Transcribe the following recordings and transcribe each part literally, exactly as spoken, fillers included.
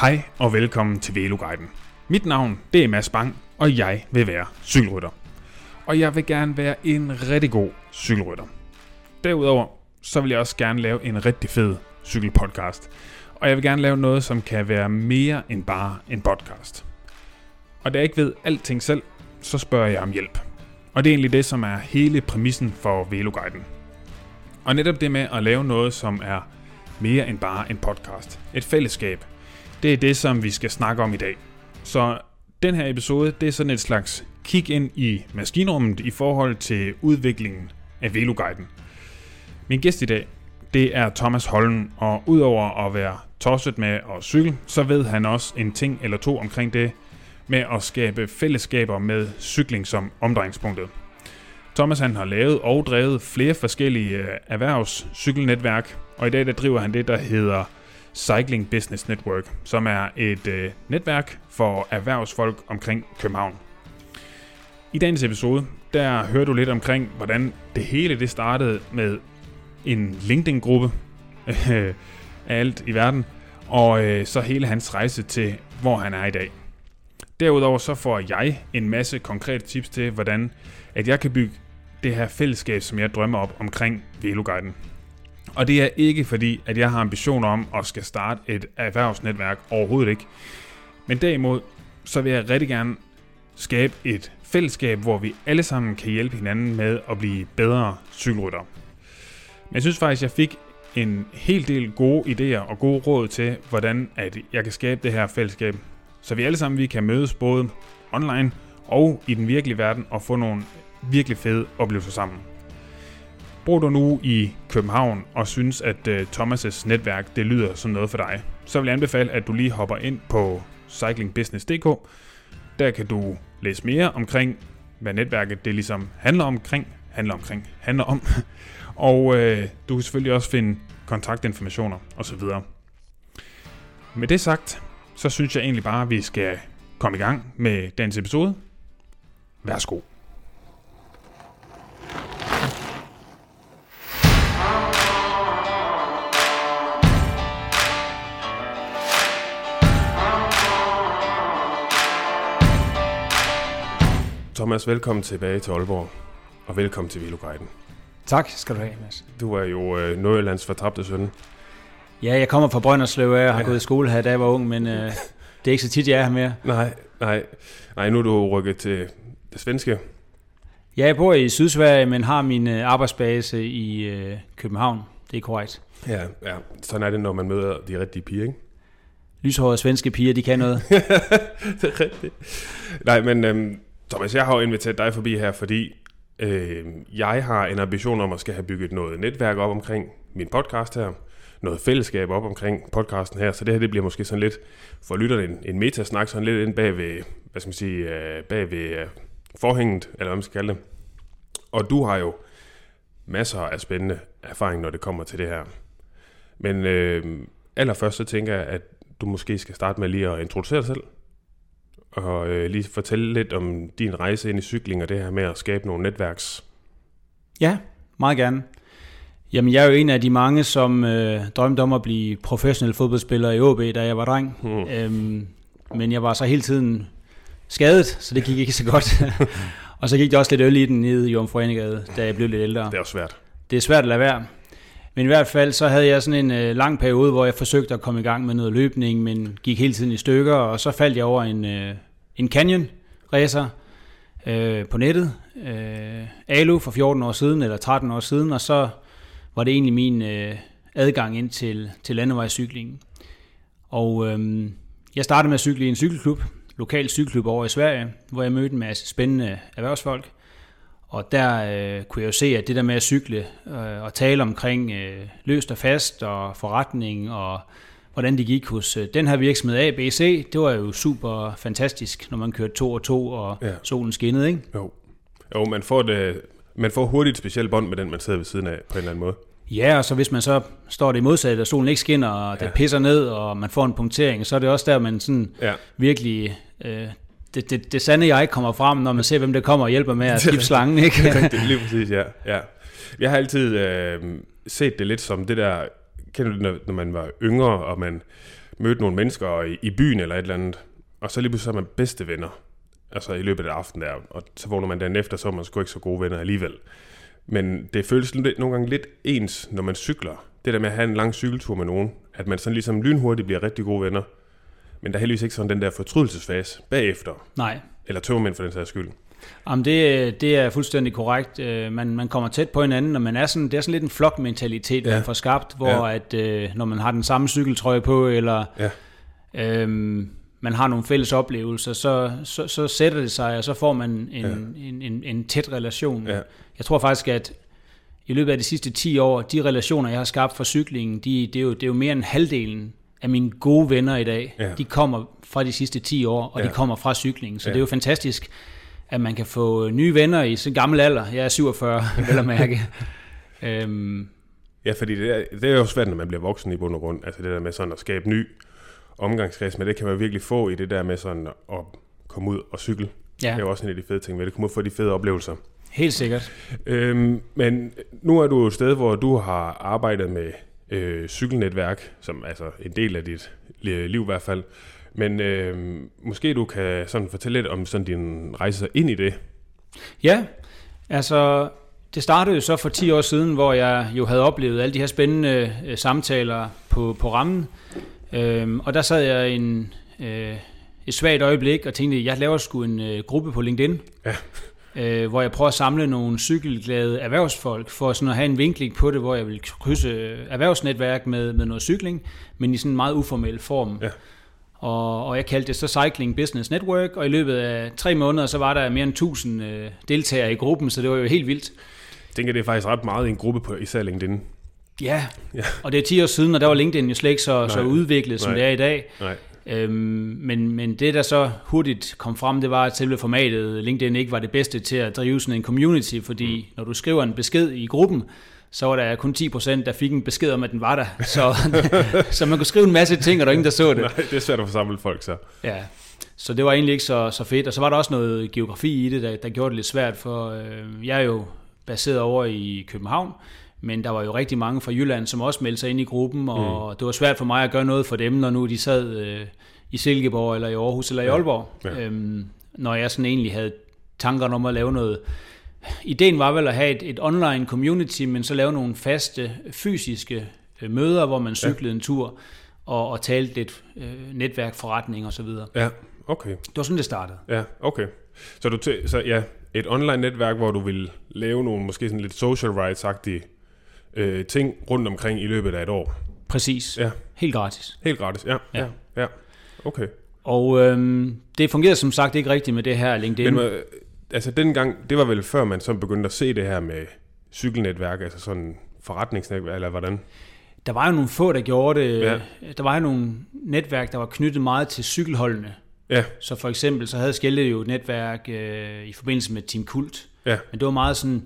Hej og velkommen til Veloguiden. Mit navn det er Mads Bang, og jeg vil være cykelrytter. Og jeg vil gerne være en rigtig god cykelrytter. Derudover så vil jeg også gerne lave en rigtig fed cykelpodcast. Og jeg vil gerne lave noget, som kan være mere end bare en podcast. Og da jeg ikke ved alting selv, så spørger jeg om hjælp. Og det er egentlig det, som er hele præmissen for Veloguiden. Og netop det med at lave noget, som er mere end bare en podcast. Et fællesskab. Det er det, som vi skal snakke om i dag. Så den her episode, det er sådan et slags kig ind i maskinrummet i forhold til udviklingen af Veloguiden. Min gæst i dag, det er Thomas Holm, og udover at være tosset med at cykle, så ved han også en ting eller to omkring det med at skabe fællesskaber med cykling som omdrejningspunktet. Thomas han har lavet og drevet flere forskellige erhvervscykelnetværk, og i dag der driver han det, der hedder Cycling Business Network, som er et øh, netværk for erhvervsfolk omkring København. I dagens episode, der hører du lidt omkring, hvordan det hele det startede med en LinkedIn-gruppe øh, af alt i verden, og øh, så hele hans rejse til, hvor han er i dag. Derudover så får jeg en masse konkrete tips til, hvordan at jeg kan bygge det her fællesskab, som jeg drømmer op omkring Veloguiden. Og det er ikke fordi, at jeg har ambitioner om at skal starte et erhvervsnetværk, overhovedet ikke. Men derimod, så vil jeg rigtig gerne skabe et fællesskab, hvor vi alle sammen kan hjælpe hinanden med at blive bedre cykelryttere. Men jeg synes faktisk, at jeg fik en hel del gode idéer og gode råd til, hvordan at jeg kan skabe det her fællesskab. Så vi alle sammen vi kan mødes både online og i den virkelige verden og få nogle virkelig fede oplevelser sammen. Bor du nu i København og synes, at uh, Thomas' netværk det lyder som noget for dig, så vil jeg anbefale, at du lige hopper ind på cycling business punktum d k. Der kan du læse mere omkring, hvad netværket det ligesom handler omkring, handler omkring, handler om. Og uh, du kan selvfølgelig også finde kontaktinformationer osv. Med det sagt, så synes jeg egentlig bare, at vi skal komme i gang med dagens episode. Værsgo. Thomas, velkommen tilbage til Aalborg, og velkommen til Veloguiden. Tak skal du have, Mads. Du er jo øh, Nordjyllands fortabte søn. Ja, jeg kommer fra Brønderslev af og har ja. gået i skole her, da jeg var ung, men øh, det er ikke så tit, jeg er her mere. Nej, nej, nej, nu er du rykket til det svenske. Ja, jeg bor i Sydsverige, men har min øh, arbejdsbase i øh, København. Det er korrekt. Ja, ja, sådan er det, når man møder de rigtige piger, ikke? Lyshårede svenske piger, de kan noget. Det er rigtigt. Nej, men øhm, Thomas, jeg har jo inviteret dig forbi her, fordi øh, jeg har en ambition om at skal have bygget noget netværk op omkring min podcast her. Noget fællesskab op omkring podcasten her, så det her det bliver måske sådan lidt for lytterne en, en metasnak, sådan lidt ind bag ved, hvad skal man sige, uh, bag ved uh, forhænget, eller hvad man skal kalde det. Og du har jo masser af spændende erfaring, når det kommer til det her. Men uh, allerførst så tænker jeg, at du måske skal starte med lige at introducere dig selv, og uh, lige fortælle lidt om din rejse ind i cykling, og det her med at skabe nogle netværks. Ja, meget gerne. Jamen, jeg er jo en af de mange, som øh, drømte om at blive professionel fodboldspiller i A B, da jeg var dreng. Hmm. Øhm, men jeg var så hele tiden skadet, så det gik ikke så godt. Og så gik det også lidt øl i den nede i Jomfru Anegade, da jeg blev lidt ældre. Det er også svært. Det er svært at lade være. Men i hvert fald så havde jeg sådan en øh, lang periode, hvor jeg forsøgte at komme i gang med noget løbning, men gik hele tiden i stykker. Og så faldt jeg over en, øh, en Canyon racer øh, på nettet. Øh, Alu for fjorten år siden, eller tretten år siden, og så var det egentlig min øh, adgang ind til, til landevejscyklingen. Og øh, jeg startede med at cykle i en cykelklub, lokal cykelklub over i Sverige, hvor jeg mødte en masse spændende erhvervsfolk. Og der øh, kunne jeg jo se, at det der med at cykle øh, og tale omkring øh, løst og fast og forretning og hvordan det gik hos øh, den her virksomhed A, B, C, det var jo super fantastisk, når man kørte to og to og ja. Solen skinnede, ikke? Jo, jo man får det... Man får hurtigt et specielt bånd med den, man sidder ved siden af på en eller anden måde. Ja, og så hvis man så står det i modsat, og solen ikke skinner, og det ja. pisser ned, og man får en punktering, så er det også der, man sådan ja. virkelig... Øh, det, det, det sande jeg kommer frem, når man ser, hvem der kommer og hjælper med at skifte slangen, ikke? Det er lige præcis, ja. ja. Jeg har altid øh, set det lidt som det der... Kender du det, når man var yngre, og man... mødte nogle mennesker i, i byen eller et eller andet, og så lige pludselig så er man bedste venner, altså i løbet af aftenen der, og så vågner man dagen efter, så er man sgu ikke så gode venner alligevel. Men det føles lidt, nogle gange lidt ens, når man cykler. Det der med at have en lang cykeltur med nogen, at man sådan ligesom lynhurtigt bliver rigtig gode venner, men der er heldigvis ikke sådan den der fortrydelsesfase bagefter. Nej. Eller tømmermænd for den sags skyld. Jamen det, det er fuldstændig korrekt. Man, man kommer tæt på hinanden, og man er sådan, det er sådan lidt en flokmentalitet, ja. Man får skabt, hvor ja. at, øh, når man har den samme cykeltrøje på, eller ja. øhm, man har nogle fælles oplevelser, så, så, så sætter det sig, og så får man en, ja. en, en, en tæt relation. Ja. Jeg tror faktisk, at i løbet af de sidste ti år, de relationer, jeg har skabt for cyklingen, de, det, er jo, det er jo mere end halvdelen af mine gode venner i dag. Ja. De kommer fra de sidste ti år, og ja. de kommer fra cyklingen. Så ja. det er jo fantastisk, at man kan få nye venner i så gammel alder. Jeg er syvogfyrre, vel at mærke. øhm. Ja, fordi det er, det er jo svært, når man bliver voksen i bund og grund. Altså det der med sådan at skabe ny omgangskreds, men det kan man virkelig få i det der med sådan at komme ud og cykle. Ja. Det er jo også en af de fede ting ved det. Komme ud og få de fede oplevelser. Helt sikkert. Øhm, men nu er du et sted, hvor du har arbejdet med øh, cykelnetværk, som altså en del af dit liv i hvert fald. Men øh, måske du kan sådan fortælle lidt om sådan din rejse ind i det. Ja, altså det startede jo så for ti år siden, hvor jeg jo havde oplevet alle de her spændende øh, samtaler på, på rammen. Øhm, og der sad jeg en, øh, et svagt øjeblik og tænkte, jeg laver sgu en øh, gruppe på LinkedIn. Ja. Øh, hvor jeg prøver at samle nogle cykelglade erhvervsfolk, for sådan at have en vinkling på det, hvor jeg vil krydse erhvervsnetværk med, med noget cykling, men i sådan en meget uformel form. Ja. Og, og jeg kaldte det så Cycling Business Network, og i løbet af tre måneder, så var der mere end tusind øh, deltagere i gruppen, så det var jo helt vildt. Jeg tænker, det er faktisk ret meget i en gruppe på især LinkedIn. Ja, ja. Og det er ti år siden, og der var LinkedIn jo slet ikke så, så udviklet, som Nej. det er i dag. Nej. Øhm, men, men det, der så hurtigt kom frem, det var, at selve formatet LinkedIn ikke var det bedste til at drive sådan en community, fordi mm. når du skriver en besked i gruppen, så var der kun ti procent, der fik en besked om, at den var der. Så, så man kunne skrive en masse ting, og der var ingen, der så det. Nej, det er svært at forsamle folk så. Ja, så det var egentlig ikke så, så fedt. Og så var der også noget geografi i det, der, der gjorde det lidt svært, for øh, jeg er jo baseret over i København, men der var jo rigtig mange fra Jylland, som også meldte sig ind i gruppen, og mm. det var svært for mig at gøre noget for dem, når nu de sad øh, i Silkeborg, eller i Aarhus, eller i Aalborg. Ja. Ja. Øhm, når jeg sådan egentlig havde tanker om at lave noget. Ideen var vel at have et, et online community, men så lave nogle faste fysiske øh, møder, hvor man cyklede ja. en tur, og, og talte lidt øh, netværk, forretning og så videre. Ja, okay. Det var sådan, det startede. Ja, okay. Så, du t- så ja, et online netværk, hvor du vil lave nogle måske sådan lidt social rights-agtige øh, ting rundt omkring i løbet af et år. Præcis. Ja. Helt gratis. Helt gratis, ja. Ja, ja. ja. Okay. Og øhm, det fungerede som sagt ikke rigtigt med det her LinkedIn. Men altså dengang, det var vel før man så begyndte at se det her med cykelnetværk, altså sådan forretningsnetværk, eller hvordan? Der var jo nogle få, der gjorde det. Ja. Der var jo nogle netværk, der var knyttet meget til cykelholdene. Ja. Så for eksempel, så havde Skelde jo et netværk øh, i forbindelse med Team Kult. Ja. Men det var meget sådan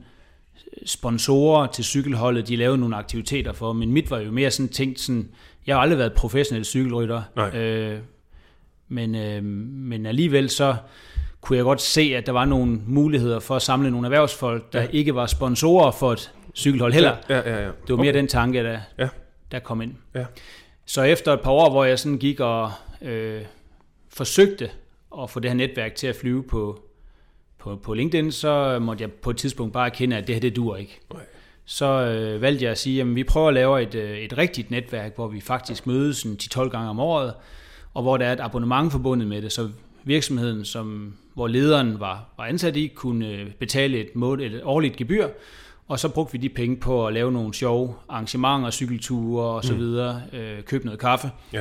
sponsorer til cykelholdet, de lavede nogle aktiviteter for, men mit var jo mere sådan tænkt sådan, jeg har aldrig været professionel cykelrytter, øh, men, øh, men alligevel så kunne jeg godt se, at der var nogle muligheder for at samle nogle erhvervsfolk, der ja. ikke var sponsorer for et cykelhold heller. Ja, ja, ja, ja. Det var mere okay. den tanke, der, ja. der kom ind. Ja. Så efter et par år, hvor jeg sådan gik og øh, forsøgte at få det her netværk til at flyve på På, på LinkedIn, så måtte jeg på et tidspunkt bare erkende, at det her, det duer ikke. Nej. Så øh, valgte jeg at sige, at vi prøver at lave et, et rigtigt netværk, hvor vi faktisk mødes ti til tolv gange om året, og hvor der er et abonnement forbundet med det, så virksomheden, som, hvor lederen var, var ansat i, kunne betale et, mål, et årligt gebyr, og så brugte vi de penge på at lave nogle sjove arrangementer, cykelture og så mm. videre, øh, købe noget kaffe. Ja.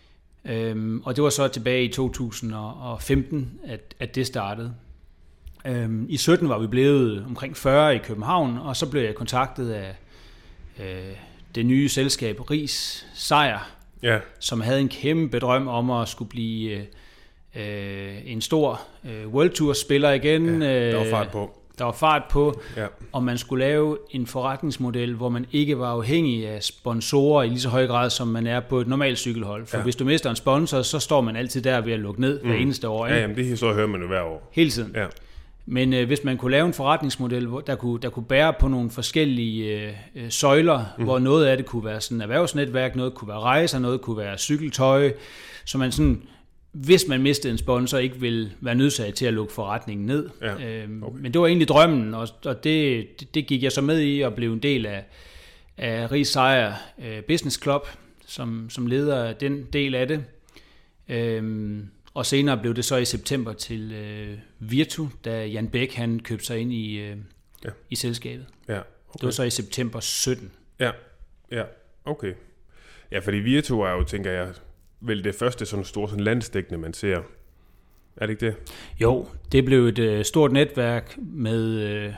Øhm, og det var så tilbage i to tusind og femten, at, at det startede. I sytten var vi blevet omkring fyrre i København, og så blev jeg kontaktet af øh, det nye selskab Ries Sejr, ja. som havde en kæmpe drøm om at skulle blive øh, en stor øh, World Tour spiller igen. Ja, der var fart på. Der var fart på, ja. og man skulle lave en forretningsmodel, hvor man ikke var afhængig af sponsorer i lige så høj grad, som man er på et normalt cykelhold. For ja. hvis du mister en sponsor, så står man altid der ved at lukke ned mm. hver eneste år. Ikke? Ja, jamen det historie hører man jo hver år. Hele tiden. Ja. Men øh, hvis man kunne lave en forretningsmodel, hvor der kunne, der kunne bære på nogle forskellige øh, søjler, mm. hvor noget af det kunne være sådan erhvervsnetværk, noget kunne være rejser, noget kunne være cykeltøj, så man sådan, hvis man mistede en sponsor, ikke ville være nødsaget til at lukke forretningen ned. Ja, okay. Men det var egentlig drømmen, og, og det, det gik jeg så med i og blev en del af, af Ries Sejer øh, Business Club, som, som leder den del af det. Øhm, og senere blev det så i september til øh, Virtu, da Jan Bæk han købte sig ind i, øh, ja. i selskabet. Ja, okay. Det var så i september sytten. Ja, ja, okay. Ja, fordi Virtu er jo, tænker jeg, vel det første sådan store sådan landsdækkende, man ser. Er det ikke det? Jo, det blev et øh, stort netværk med, øh,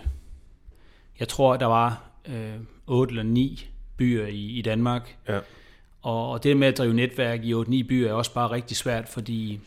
jeg tror, der var øh, otte eller ni byer i, i Danmark. Ja. Og, og det med at drive netværk i otte ni byer er også bare rigtig svært, fordi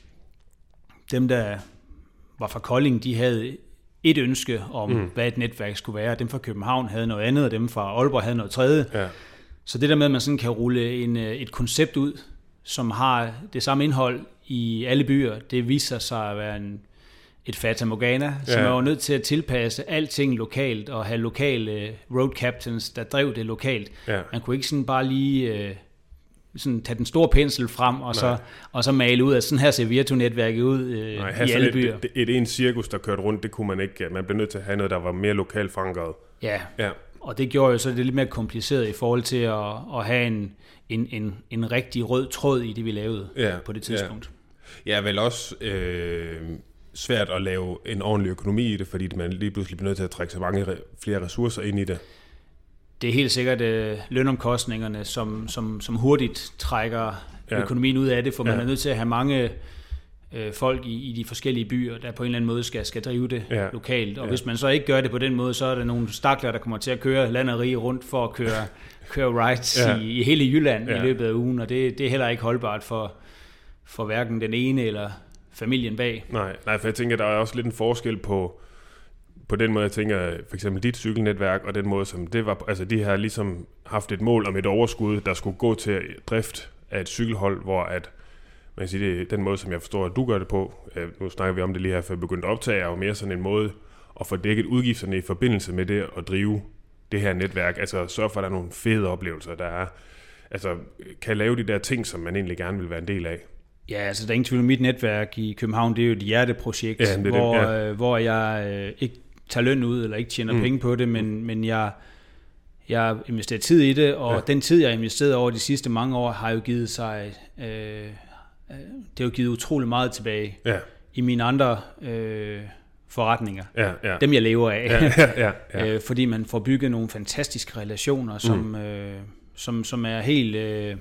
dem, der var fra Kolding, de havde et ønske om, mm. hvad et netværk skulle være. Dem fra København havde noget andet, og dem fra Aalborg havde noget tredje. Ja. Så det der med, at man sådan kan rulle en, et koncept ud, som har det samme indhold i alle byer, det viser sig at være en, et fata morgana, ja. Som er jo nødt til at tilpasse alting lokalt, og have lokale road captains, der drev det lokalt. Ja. Man kunne ikke sådan bare lige øh, sådan tage den store pensel frem, og så, og så male ud, at sådan her ser Virtu-netværket ud øh, Nej, i alle et, byer. Et, et, et en cirkus, der kørte rundt, det kunne man ikke. Man blev nødt til at have noget, der var mere lokalt forankret. Ja. ja, og det gjorde jo så det lidt mere kompliceret i forhold til at, at have en, en, en, en rigtig rød tråd i det, vi lavede ja, på det tidspunkt. Ja, ja vel også øh, svært at lave en ordentlig økonomi i det, fordi man lige pludselig bliver nødt til at trække så mange flere ressourcer ind i det. Det er helt sikkert øh, lønomkostningerne, som, som, som hurtigt trækker ja. økonomien ud af det, for man ja. er nødt til at have mange øh, folk i, i de forskellige byer, der på en eller anden måde skal, skal drive det ja. lokalt. Og ja. hvis man så ikke gør det på den måde, så er der nogle stakler, der kommer til at køre land og rige rundt for at køre, køre rides ja. i, i hele Jylland ja. i løbet af ugen, og det, det er heller ikke holdbart for, for hverken den ene eller familien bag. Nej, nej, for jeg tænker, der er også lidt en forskel på på den måde, jeg tænker, for eksempel dit cykelnetværk, og den måde, som det var, altså de har ligesom haft et mål om et overskud, der skulle gå til drift af et cykelhold, hvor at, man kan sige, det er den måde, som jeg forstår, at du gør det på, nu snakker vi om det lige her, før jeg begyndte at optage, er jo mere sådan en måde at få dækket udgifterne i forbindelse med det at drive det her netværk, altså sørge for, at der er nogle fede oplevelser, der er, altså kan lave de der ting, som man egentlig gerne vil være en del af. Ja, altså der er ingen tvivl om, mit netværk i København, det er jo et hjerteprojekt, ja, det hvor, det, ja. øh, hvor jeg øh, ikke tager løn ud, eller ikke tjener mm. penge på det, men, men jeg, jeg investerer tid i det, og ja. den tid, jeg har investeret over de sidste mange år, har jo givet sig, øh, det har jo givet utrolig meget tilbage ja. i mine andre øh, forretninger. Ja, ja. Dem, jeg lever af. Ja, ja, ja, ja. øh, fordi man får bygget nogle fantastiske relationer, som, mm. øh, som, som er helt øh,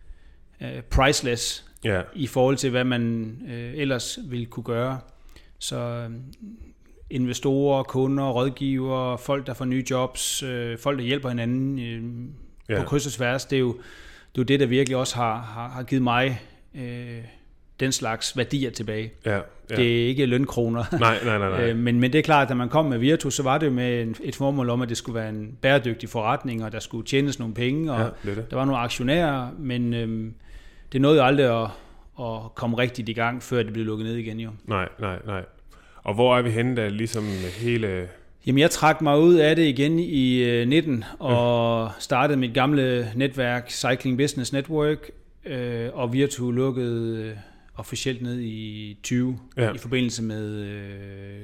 priceless ja. i forhold til, hvad man øh, ellers ville kunne gøre. Så øh, investorer, kunder, rådgivere, folk, der får nye jobs, øh, folk, der hjælper hinanden øh, ja. på kryds og tværs, det er jo det, er jo det der virkelig også har, har, har givet mig øh, den slags værdier tilbage. Ja, ja. Det er ikke lønkroner. Nej, nej, nej. nej. men, men det er klart, at da man kom med Virtu, så var det jo med et formål om, at det skulle være en bæredygtig forretning, og der skulle tjenes nogle penge, og ja, det det. der var nogle aktionærer, men øh, det nåede jo aldrig at, at komme rigtigt i gang, før det blev lukket ned igen jo. Nej, nej, nej. Og hvor er vi henne, der ligesom hele... Jamen, jeg trak mig ud af det igen i nitten, og startede mit gamle netværk, Cycling Business Network, øh, og Virtu lukkede officielt ned i tyve, ja. i forbindelse med øh,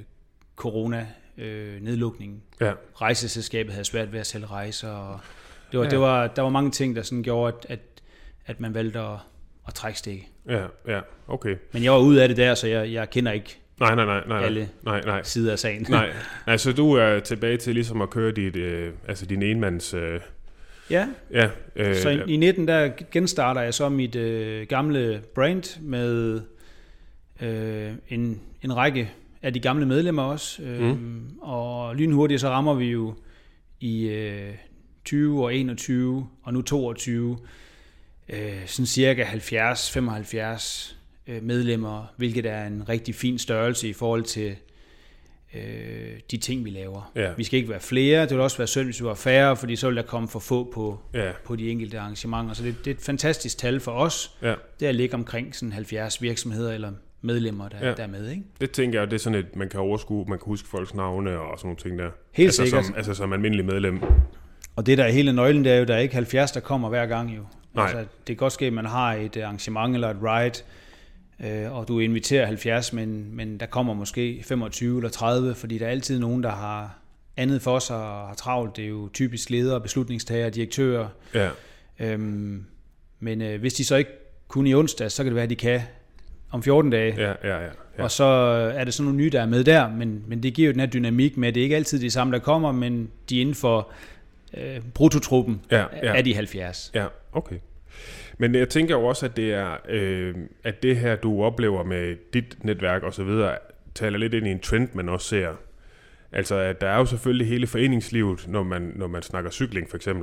corona-nedlukningen. Øh, ja. Rejseselskabet havde svært ved at sælge rejser, og det var, ja. det var, der var mange ting, der sådan gjorde, at, at, at man valgte at, at trække stik. Ja, ja, okay. Men jeg var ude af det der, så jeg, jeg kender ikke Nej, nej, nej, nej, alle nej, nej. sider af sagen. Nej, altså du er tilbage til ligesom at køre dit, øh, altså din enmands... Øh, ja, ja øh, så i, i nitten der genstarter jeg så mit øh, gamle brand med øh, en, en række af de gamle medlemmer også. Øh, mm. Og lynhurtigt så rammer vi jo i øh, tyve og enogtyve og nu toogtyve øh, sådan cirka halvfjerds til femoghalvfjerds medlemmer, hvilket er en rigtig fin størrelse i forhold til øh, de ting, vi laver. Ja. Vi skal ikke være flere, det vil også være synd, hvis vi var færre, fordi så vil der komme for få på, ja. på de enkelte arrangementer. Så det, det er et fantastisk tal for os, ja. det er at ligge omkring sådan halvfjerds virksomheder, eller medlemmer, der, ja. der er med, ikke? Det tænker jeg, det er sådan et, man kan overskue, man kan huske folks navne og sådan nogle ting der. Helt altså, sikkert. Som, altså som almindelig medlem. Og det der er hele nøglen, det er jo, der er ikke halvfjerds, der kommer hver gang jo. Nej. Altså, det kan godt ske, at man har et arrangement eller et ride, øh, og du inviterer halvfjerds, men, men der kommer måske femogtyve eller tredive, fordi der er altid nogen, der har andet for sig og har travlt. Det er jo typisk ledere, beslutningstagere, direktører. Ja. Øhm, men øh, hvis de så ikke kunne i onsdag, så kan det være, at de kan om fjorten dage. Ja, ja, ja, ja. Og så er det sådan nogle nye, der er med der, men, men det giver jo den her dynamik med, at det ikke altid de samme, der kommer, men de er inden for øh, brutotruppen ja, ja. af de halvfjerds. Ja, okay. Men jeg tænker jo også, at det er, øh, at det her, du oplever med dit netværk og så videre, taler lidt ind i en trend, man også ser. Altså, at der er jo selvfølgelig hele foreningslivet, når man, når man snakker cykling for eksempel,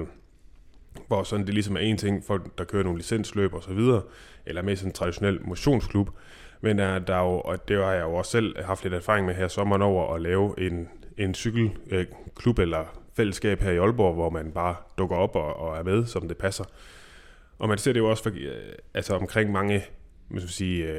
hvor sådan det ligesom er en ting, folk der kører nogle licensløb og så videre, eller med sådan en traditionel motionsklub. Men der, der er jo, og det har jeg jo også selv haft lidt erfaring med her sommeren over, at lave en, en cykelklub eller fællesskab her i Aalborg, hvor man bare dukker op og, og er med, som det passer. Og man ser det jo også for, altså omkring mange man skal sige,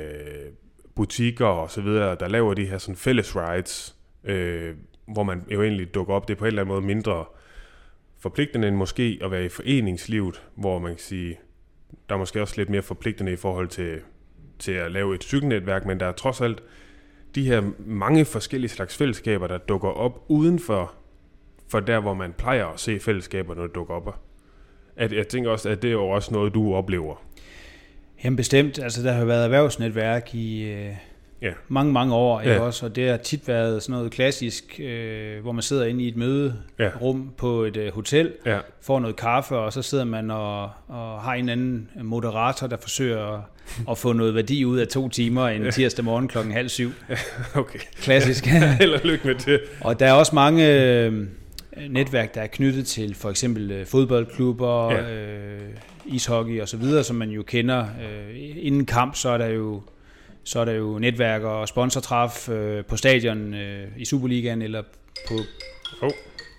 butikker og så videre, der laver de her sådan fælles rides, øh, hvor man jo egentlig dukker op. Det er på en eller anden måde mindre forpligtende end måske at være i foreningslivet, hvor man kan sige, der er måske også lidt mere forpligtende i forhold til, til at lave et cykelnetværk, men der er trods alt de her mange forskellige slags fællesskaber, der dukker op uden for, for der, hvor man plejer at se fællesskaber, når det dukker op. At, jeg tænker også, at det er jo også noget, du oplever. Jamen bestemt. Altså, der har jo været erhvervsnetværk i øh, ja. mange, mange år, ikke ja. også? Og det har tit været sådan noget klassisk, øh, hvor man sidder inde i et møderum ja. på et øh, hotel, ja. får noget kaffe, og så sidder man og, og har en anden moderator, der forsøger at, at få noget værdi ud af to timer en tirsdag morgen klokken halv syv. Okay. Klassisk. Held og lykke med det. Og der er også mange øh, netværk, der er knyttet til for eksempel øh, fodboldklubber, ja. øh, ishockey og så videre, som man jo kender. Øh, inden kamp, så er der jo så er der jo netværk og sponsortræf øh, på stadion øh, i Superligaen eller på... Oh.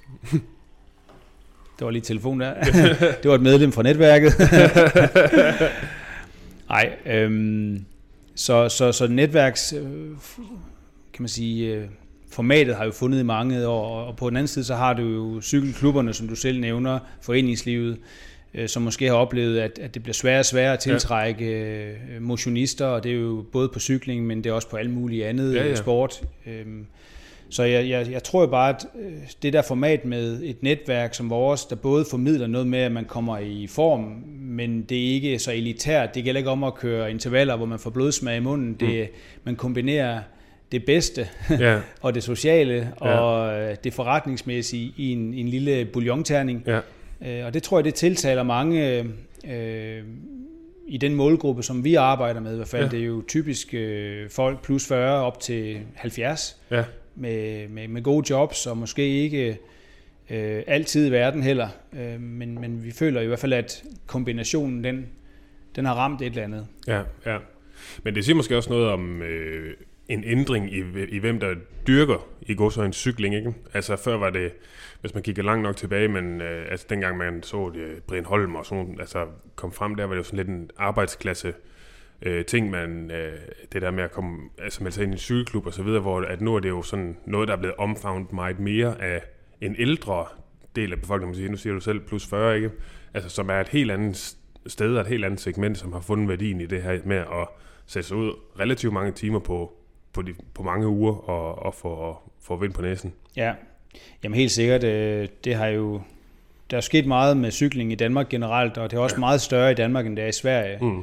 Det var lige telefon der. Det var et medlem fra netværket. Nej, øhm, så, så, så netværks, øh, kan man sige, øh, formatet har jo fundet i mange år, og på den anden side, så har du jo cykelklubberne, som du selv nævner, foreningslivet, øh, som måske har oplevet, at, at det bliver sværere og sværere at tiltrække øh, motionister, og det er jo både på cykling, men det er også på alle mulige andet ja, ja. sport. Øhm, Så jeg, jeg, jeg tror jo bare, at det der format med et netværk som vores, der både formidler noget med, at man kommer i form, men det er ikke så elitært. Det gælder ikke om at køre intervaller, hvor man får blodsmag i munden. Det, mm. Man kombinerer det bedste yeah. og det sociale og yeah. det forretningsmæssige i en, i en lille bouillonterning. Yeah. Og det tror jeg, det tiltaler mange øh, i den målgruppe, som vi arbejder med i hvert fald. Yeah. Det er jo typisk øh, folk plus fyrre op til halvfjerds. Yeah. Med, med, med gode jobs, og måske ikke øh, altid i verden heller. Øh, men, men vi føler i hvert fald, at kombinationen, den, den har ramt et eller andet. Ja, ja. Men det siger måske også noget om øh, en ændring i, i, hvem der dyrker i gåseøjne cykling, ikke? Altså før var det, hvis man kigger langt nok tilbage, men øh, altså dengang man så det, Brian Holm og sådan, altså kom frem, der var det jo sådan lidt en arbejdsklasse Øh, ting, man, øh, det der med at komme, altså melde sig ind i en cykelklub og så videre, hvor at nu er det jo sådan noget, der er blevet omfavnet meget mere af en ældre del af befolkningen, nu siger du selv plus fyrre, ikke? Altså som er et helt andet sted, et helt andet segment, som har fundet værdien i det her med at sætte sig ud relativt mange timer på, på, de, på mange uger og, og få, få vind på næsen. Ja, jamen helt sikkert, det har jo, der er sket meget med cykling i Danmark generelt, og det er også ja. meget større i Danmark, end det er i Sverige. Mm.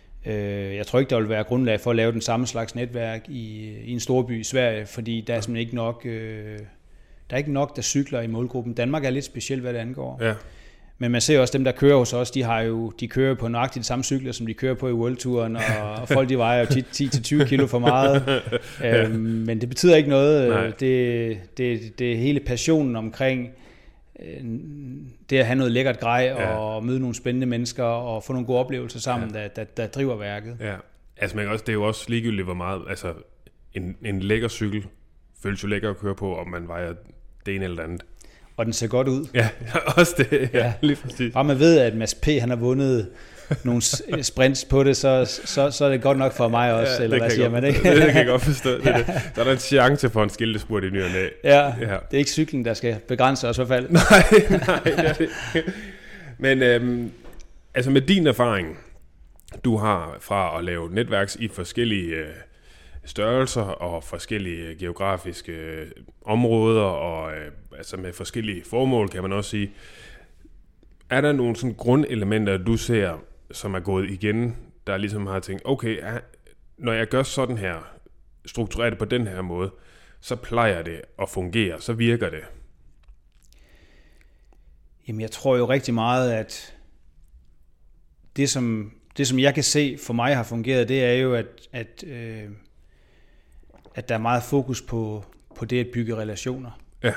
Jeg tror ikke, der vil være grundlag for at lave den samme slags netværk i, i en storby i Sverige, fordi der er simpelthen ikke nok, øh, der er ikke nok, der cykler i målgruppen. Danmark er lidt specielt, hvad det angår. Ja. Men man ser også, dem, der kører hos os, de, har jo, de kører på nøjagtigt de samme cykler, som de kører på i Worldtouren, og, og folk de vejer jo ti til tyve kilo for meget. ja. øhm, men det betyder ikke noget. Det, det, det er hele passionen omkring det at have noget lækkert grej ja. og møde nogle spændende mennesker og få nogle gode oplevelser sammen, ja. der, der, der driver værket. Ja, altså man også, det er jo også ligegyldigt, hvor meget, altså en, en lækker cykel føles jo lækker at køre på, om man vejer det ene eller andet. Og den ser godt ud. Ja, også det, ja, ja. Lige præcis. Bare man ved, at Mads P. han har vundet nogle sprints på det, så, så, så er det godt nok for mig også, ja, eller hvad siger man, ikke? Det, det kan jeg godt forstå. Det, det. Der er der en chance for en skiltespurt i ny og næ. Ja, ja, det er ikke cyklen, der skal begrænse os i hvert fald. Nej, nej, det er det. Men øhm, altså med din erfaring, du har fra at lave netværks i forskellige øh, størrelser og forskellige geografiske øh, områder, og øh, altså med forskellige formål, kan man også sige. Er der nogle sådan grundelementer, du ser, som er gået igen, der ligesom har tænkt, okay, når jeg gør sådan her, strukturerer det på den her måde, så plejer det at fungere, så virker det? Jamen, jeg tror jo rigtig meget, at det, som, det, som jeg kan se for mig har fungeret, det er jo, at, at, øh, at der er meget fokus på, på det at bygge relationer. Ja.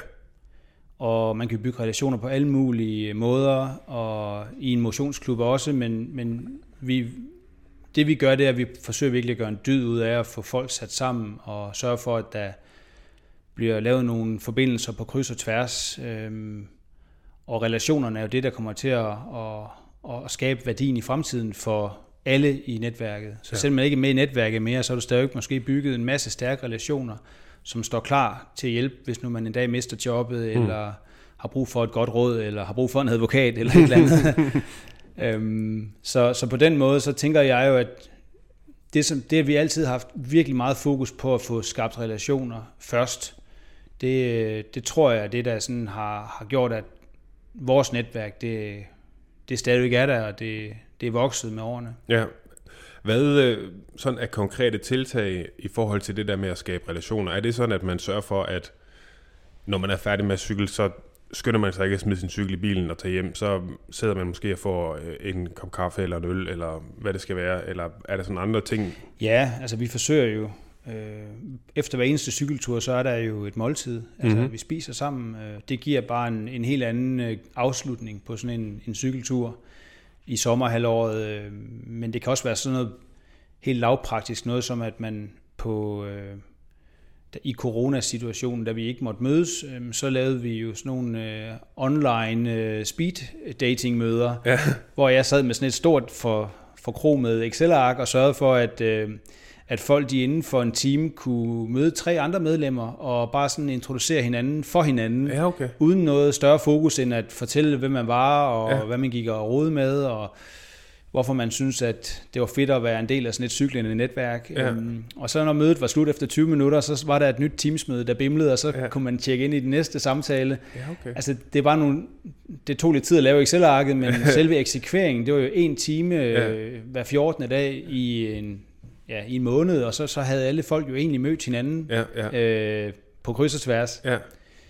Og man kan bygge relationer på alle mulige måder, og i en motionsklub også, men, men vi, det vi gør, det er, at vi forsøger virkelig at gøre en dyd ud af at få folk sat sammen, og sørge for, at der bliver lavet nogle forbindelser på kryds og tværs. Øhm, og relationerne er jo det, der kommer til at, at, at skabe værdien i fremtiden for alle i netværket. Så ja. Selvom man ikke er med i netværket mere, så har du stadig måske bygget en masse stærke relationer, som står klar til at hjælpe, hvis nu man en dag mister jobbet, mm. eller har brug for et godt råd, eller har brug for en advokat, eller et eller andet. øhm, så, så på den måde, så tænker jeg jo, at det, som, det, at vi altid har haft virkelig meget fokus på at få skabt relationer først, det, det tror jeg er det, der sådan har, har gjort, at vores netværk, det, det stadigvæk er der, og det, det er vokset med årene. Ja. Hvad sådan er konkrete tiltag i forhold til det der med at skabe relationer? Er det sådan, at man sørger for, at når man er færdig med at cykle, så skynder man sig ikke at smide sin cykel i bilen og tage hjem, så sidder man måske og får en kop kaffe eller en øl, eller hvad det skal være, eller er der sådan andre ting? Ja, altså vi forsøger jo, øh, efter hver eneste cykeltur, så er der jo et måltid, altså mm-hmm. vi spiser sammen, det giver bare en, en helt anden afslutning på sådan en, en cykeltur i sommerhalvåret, øh, men det kan også være sådan noget helt lavpraktisk, noget som at man på øh, i coronasituationen, da vi ikke måtte mødes, øh, så lavede vi jo sådan nogle øh, online øh, speed dating møder, ja. Hvor jeg sad med sådan et stort for, forkromet Excel-ark og sørgede for, at øh, at folk de inden for en time kunne møde tre andre medlemmer og bare sådan introducere hinanden for hinanden, ja, okay. uden noget større fokus end at fortælle, hvem man var, og ja. Hvad man gik og rode med, og hvorfor man synes, at det var fedt at være en del af sådan et cyklende netværk. Ja. Um, og så når mødet var slut efter tyve minutter, så var der et nyt teamsmøde, der bimlede, og så ja. Kunne man tjekke ind i den næste samtale. Ja, okay. Altså, det var nogle, det tog lidt tid at lave Excel-arket, men selve eksekveringen, det var jo en time ja. øh, hver fjortende dag i en Ja, i en måned, og så, så havde alle folk jo egentlig mødt hinanden ja, ja. Øh, på kryds og tværs. Ja.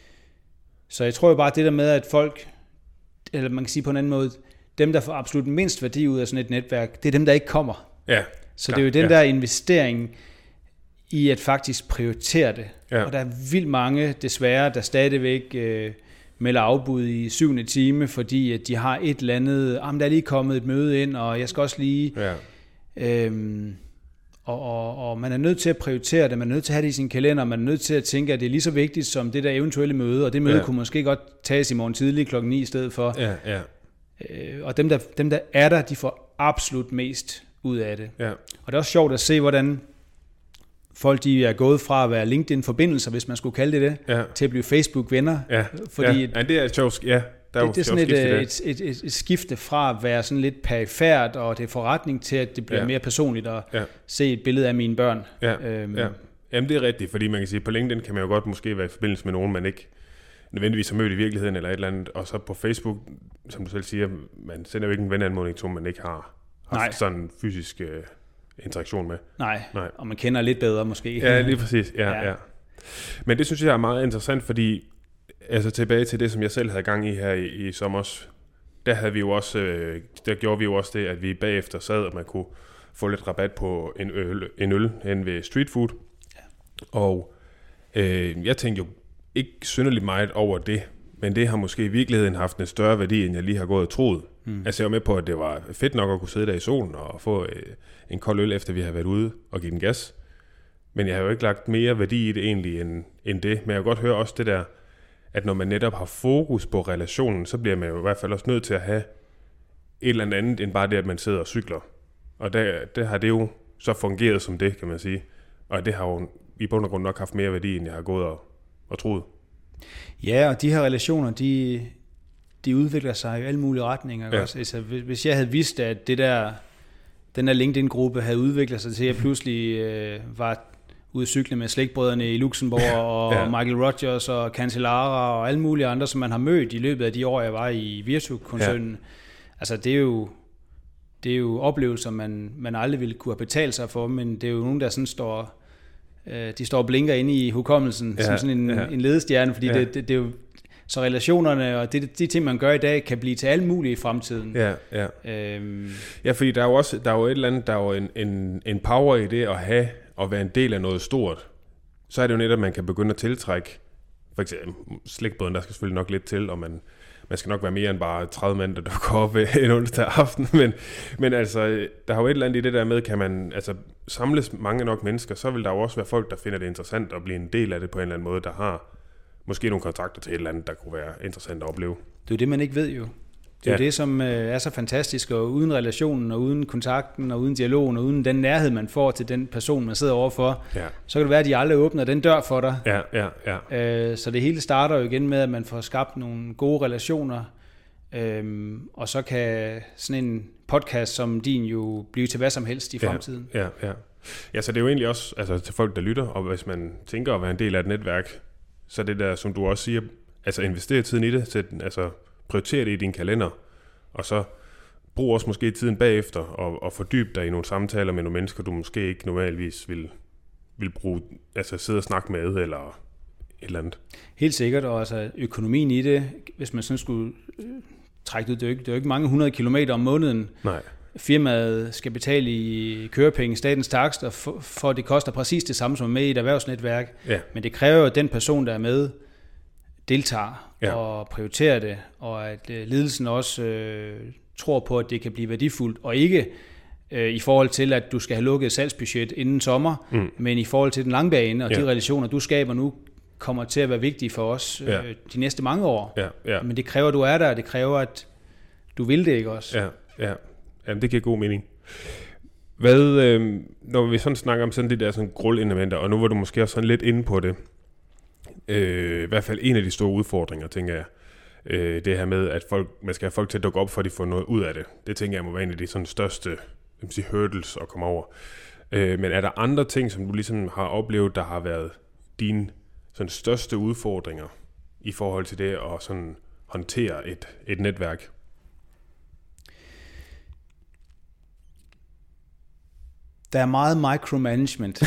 Så jeg tror jo bare, det der med, at folk, eller man kan sige på en anden måde, dem, der får absolut mindst værdi ud af sådan et netværk, det er dem, der ikke kommer. Ja, så det er jo den ja. Der investering i at faktisk prioritere det. Ja. Og der er vildt mange, desværre, der stadigvæk øh, melder afbud i syvende time, fordi at de har et eller andet, ah, der er lige kommet et møde ind, og jeg skal også lige... Ja. Øhm, Og, og, og man er nødt til at prioritere det, man er nødt til at have det i sin kalender, man er nødt til at tænke, at det er lige så vigtigt som det der eventuelle møde, og det møde ja. Kunne måske godt tages i morgen tidlig klokken ni i stedet for. Ja, ja. Øh, og dem der, dem, der er der, de får absolut mest ud af det. Ja. Og det er også sjovt at se, hvordan folk de er gået fra at være LinkedIn-forbindelser, hvis man skulle kalde det det, ja. Til at blive Facebook-venner. Ja, fordi, ja. ja det er sjovt, ja. Det, det er sådan et, et, et, et, et skifte fra at være sådan lidt perifært, og det er forretning til, at det bliver ja. Mere personligt at ja. Se et billede af mine børn. Ja. Øhm. Ja. Jamen det er rigtigt, fordi man kan sige, på LinkedIn kan man jo godt måske være i forbindelse med nogen, man ikke nødvendigvis har mødt i virkeligheden eller et eller andet, og så på Facebook, som du selv siger, man sender jo ikke en venanmodning, som man ikke har haft sådan en fysisk uh, interaktion med. Nej. Nej, og man kender lidt bedre måske. Ja, lige præcis. Ja, ja. Ja. Men det synes jeg er meget interessant, fordi altså tilbage til det, som jeg selv havde gang i her i, i sommer, der havde vi jo også, øh, der gjorde vi jo også det, at vi bagefter sad, og man kunne få lidt rabat på en øl, en øl hen ved street food. Ja. Og øh, jeg tænkte jo ikke synderligt meget over det, men det har måske i virkeligheden haft en større værdi, end jeg lige har gået og troet. Mm. Altså jeg var med på, at det var fedt nok at kunne sidde der i solen og få øh, en kold øl, efter vi har været ude og give den gas. Men jeg har jo ikke lagt mere værdi i det egentlig end, end det. Men jeg kan godt høre også det der, at når man netop har fokus på relationen, så bliver man jo i hvert fald også nødt til at have et eller andet end bare det, at man sidder og cykler. Og der, der har det jo så fungeret som det, kan man sige. Og det har jo i bund og grund nok haft mere værdi, end jeg har gået og, og troet. Ja, og de her relationer, de, de udvikler sig i alle mulige retninger. Ja. Også. Altså, hvis jeg havde vidst, at det der, den der LinkedIn-gruppe havde udviklet sig til, at jeg pludselig øh, var ude at cykle med slægtbrødrene i Luxembourg, og ja. Michael Rogers og Cancellara og alle mulige andre, som man har mødt i løbet af de år, jeg var i Virtu-koncernen. Ja. Altså, det er jo, det er jo oplevelser, man, man aldrig ville kunne have betalt sig for, men det er jo nogen, der sådan står, øh, de står og blinker inde i hukommelsen, ja. som sådan en, ja. en ledestjerne, fordi ja. det, det, det er jo, så relationerne og det, de ting, man gør i dag, kan blive til alt muligt i fremtiden. Ja, ja. Øhm. ja fordi der er jo også der er jo et eller andet, der er jo en, en, en power i det at have, at være en del af noget stort. Så er det jo netop, at man kan begynde at tiltrække, for eksempel slægtbrødren, der skal selvfølgelig nok lidt til, og man, man skal nok være mere end bare tredive mand, der dukker op en onsdag aften, men, men altså, der har jo et eller andet i det der med, kan man altså samles mange nok mennesker, så vil der jo også være folk, der finder det interessant at blive en del af det på en eller anden måde, der har måske nogle kontakter til et eller andet, der kunne være interessant at opleve. Det er jo det, man ikke ved jo. Det er ja. jo det, som er så fantastisk, og uden relationen, og uden kontakten, og uden dialogen, og uden den nærhed, man får til den person, man sidder overfor, ja. så kan det være, at de aldrig åbner den dør for dig. Ja, ja, ja. Så det hele starter jo igen med, at man får skabt nogle gode relationer, og så kan sådan en podcast som din jo blive til hvad som helst i fremtiden. Ja, ja, ja. Ja, så det er jo egentlig også altså, til folk, der lytter, og hvis man tænker at være en del af et netværk, så det der, som du også siger, altså investere tiden i det, sæt, altså prioriter det i din kalender, og så brug også måske tiden bagefter, og, og fordyb dig i nogle samtaler med nogle mennesker, du måske ikke normalvis vil, vil bruge, altså sidde og snakke med, eller et eller andet. Helt sikkert, og altså økonomien i det, hvis man sådan skulle øh, trække ud, det er, jo ikke, det er jo ikke mange hundrede kilometer om måneden. Nej. Firmaet skal betale i kørepenge, statens takster, for, for det koster præcis det samme som med i et erhvervsnetværk. Ja. Men det kræver jo, at den person, der er med, deltager ja. og prioriterer det, og at øh, ledelsen også øh, tror på, at det kan blive værdifuldt, og ikke øh, i forhold til, at du skal have lukket et salgsbudget inden sommer, mm. men i forhold til den lange bane, og ja. de relationer, du skaber nu, kommer til at være vigtige for os øh, ja. de næste mange år. Ja. Ja. Men det kræver, at du er der, og det kræver, at du vil det, ikke også? Ja, ja. Jamen, det giver god mening. Hvad, øh, når vi sådan snakker om sådan de der sådan grundelementer, og nu var du måske også sådan lidt inde på det, øh, i hvert fald en af de store udfordringer, tænker jeg, øh, det her med, at folk, man skal have folk til at dukke op, for at de får noget ud af det. Det tænker jeg må være en af de sådan største jeg sige, hurdles at komme over. Øh, men er der andre ting, som du ligesom har oplevet, der har været dine sådan største udfordringer i forhold til det at sådan håndtere et, et netværk? Der er meget micromanagement.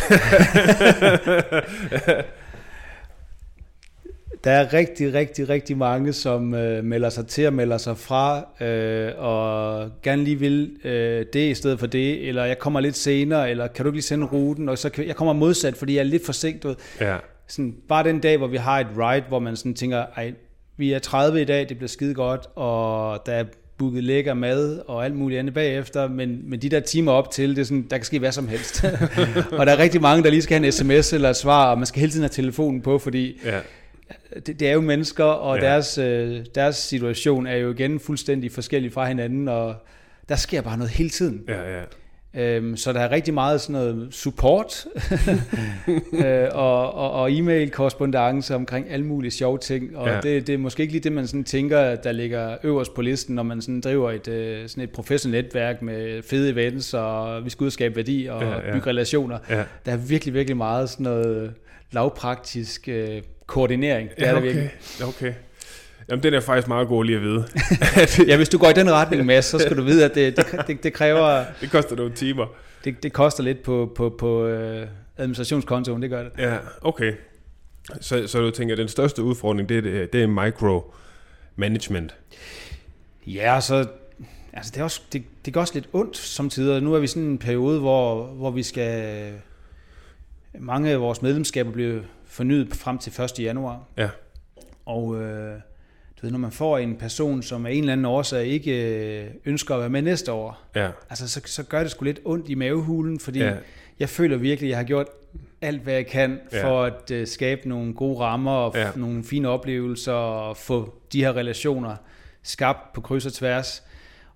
Der er rigtig, rigtig, rigtig mange, som øh, melder sig til og melder sig fra, øh, og gerne lige vil øh, det i stedet for det, eller jeg kommer lidt senere, eller kan du ikke lige sende ruten, og så kan, jeg kommer modsat, fordi jeg er lidt forsinket. Ja. Sådan, bare den dag, hvor vi har et ride, hvor man sådan tænker, ej, vi er tredive i dag, det bliver skide godt, og der er booket lækker mad og alt muligt andet bagefter, men, men de der timer op til, det er sådan, der kan ske hvad som helst. Og der er rigtig mange, der lige skal have en sms eller et svar, og man skal hele tiden have telefonen på, fordi ja. det, det er jo mennesker, og ja. deres, øh, deres situation er jo igen fuldstændig forskellig fra hinanden, og der sker bare noget hele tiden. Ja, ja. Øhm, så der er rigtig meget sådan noget support øh, og, og, og e-mail-korrespondance omkring alle mulige sjove ting, og ja. det, det er måske ikke lige det, man sådan tænker, der ligger øverst på listen, når man sådan driver et, øh, sådan et professionelt netværk med fede events, og vi skal ud og skabe værdi og ja, ja. bygge relationer. Ja. Der er virkelig, virkelig meget sådan noget lavpraktisk øh, koordinering. Det ja, er okay. der virkelig. Okay. Jamen, den er faktisk meget god lige at vide. Ja, hvis du går i den retning, Mads, så skal du vide, at det, det, det, det kræver... Det koster nogle timer. Det, det koster lidt på, på, på øh, administrationskontoen, det gør det. Ja, okay. Så, så du tænker, at den største udfordring, det er, det er micromanagement? Ja, så... Altså, det, er også, det, det går også lidt ondt samtidig. Nu er vi sådan en periode, hvor, hvor vi skal... Mange af vores medlemskaber bliver fornyet frem til første januar. Ja. Og... Øh, Du ved, når man får en person, som af en eller anden årsag ikke ønsker at være med næste år, ja. altså, så, så gør det sgu lidt ondt i mavehulen, fordi ja. jeg føler virkelig, at jeg har gjort alt, hvad jeg kan for ja. at uh, skabe nogle gode rammer og ja. f- nogle fine oplevelser og få de her relationer skabt på kryds og tværs.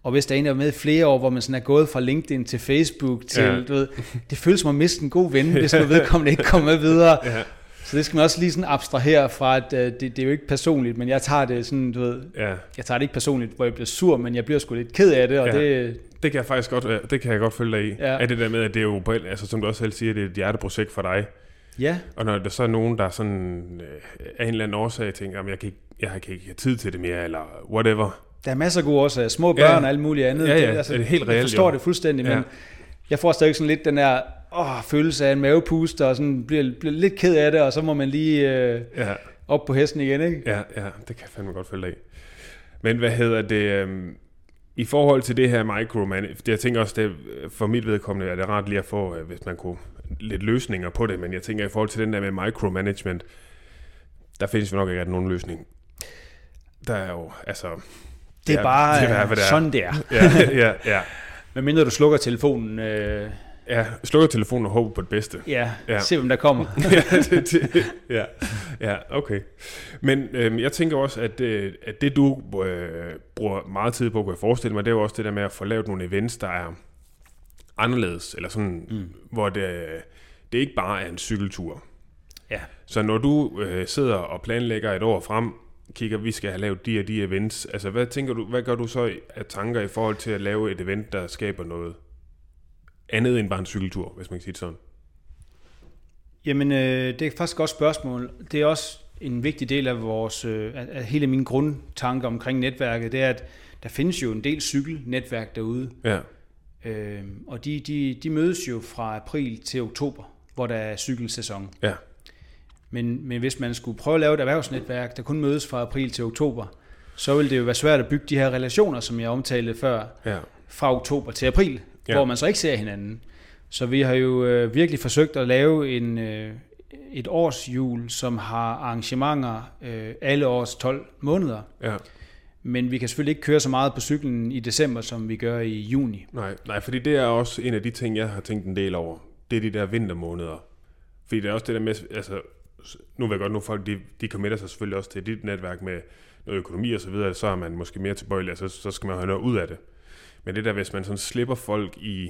Og hvis der er en, der er med i flere år, hvor man sådan er gået fra LinkedIn til Facebook til, ja. du ved, det føles som at miste en god ven, hvis man vedkommende ikke kommer med videre. Ja. Så det skal man også lige sådan abstrahere fra, at uh, det, det er jo ikke personligt, men jeg tager det sådan, du ved, ja. jeg tager det ikke personligt, hvor jeg bliver sur, men jeg bliver sgu lidt ked af det, og ja. det... Det kan jeg faktisk godt, det kan jeg godt følge dig i. Ja. Er det der med, at det er jo, på, altså som du også selv siger, det er et hjerteprojekt for dig. Ja. Og når der så er nogen, der sådan af en eller anden årsag tænker, at jeg kan ikke, jeg kan ikke have tid til det mere, eller whatever. Der er masser af gode årsager, små børn ja. og alt muligt andet. Ja, ja, det, altså, det er helt reelt. Jeg forstår jo. det fuldstændig, ja. men jeg får stadig sådan lidt den der åh, følelse af en mavepuster, og sådan bliver, bliver lidt ked af det, og så må man lige øh, ja. op på hesten igen, ikke? Ja, ja, det kan jeg fandme godt følge af. Men hvad hedder det... Øh, I forhold til det her micromanagement, jeg tænker også, det for mit vedkommende er det rart lige at få, hvis man kunne, lidt løsninger på det, men jeg tænker i forhold til den der med micromanagement, der findes jo nok ikke nogen løsning. Der er jo, altså... Det er, det er bare det er, det er. sådan, det er. ja, ja, ja. Men mindre du slukker telefonen... Øh... Ja, slukker telefonen og håber på det bedste. Ja, ja. Se hvem der kommer. ja, det, det, ja, ja, okay. Men øhm, jeg tænker også, at, øh, at det du øh, bruger meget tid på, kan jeg forestille mig, det er jo også det der med at få lavet nogle events, der er anderledes, eller sådan, mm. hvor det, det ikke bare er en cykeltur. Ja. Så når du øh, sidder og planlægger et år frem, kigger, vi skal have lavet de og de events, altså hvad tænker du, hvad gør du så af tanker i forhold til at lave et event, der skaber noget andet end bare en cykeltur, hvis man kan sige det sådan? Jamen, øh, det er faktisk et godt spørgsmål. Det er også en vigtig del af vores, øh, af hele min grundtanke omkring netværket, det er, at der findes jo en del cykelnetværk derude. Ja. Øh, og de, de, de mødes jo fra april til oktober, hvor der er cykelsæson. Ja. Men, men hvis man skulle prøve at lave et erhvervsnetværk, der kun mødes fra april til oktober, så ville det jo være svært at bygge de her relationer, som jeg omtalte før, ja. fra oktober til april, ja. hvor man så ikke ser hinanden. Så vi har jo øh, virkelig forsøgt at lave en, øh, et årshjul, som har arrangementer øh, alle års tolv måneder. Ja. Men vi kan selvfølgelig ikke køre så meget på cyklen i december, som vi gør i juni. Nej, nej, fordi det er også en af de ting, jeg har tænkt en del over. Det er de der vintermåneder. Fordi det er også det der med, altså, nu ved jeg godt, nu folk, de, de committer sig selvfølgelig også til dit netværk med noget økonomi og så videre, så er man måske mere tilbøjelig, altså så skal man have noget ud af det. Men det der, hvis man sådan slipper folk i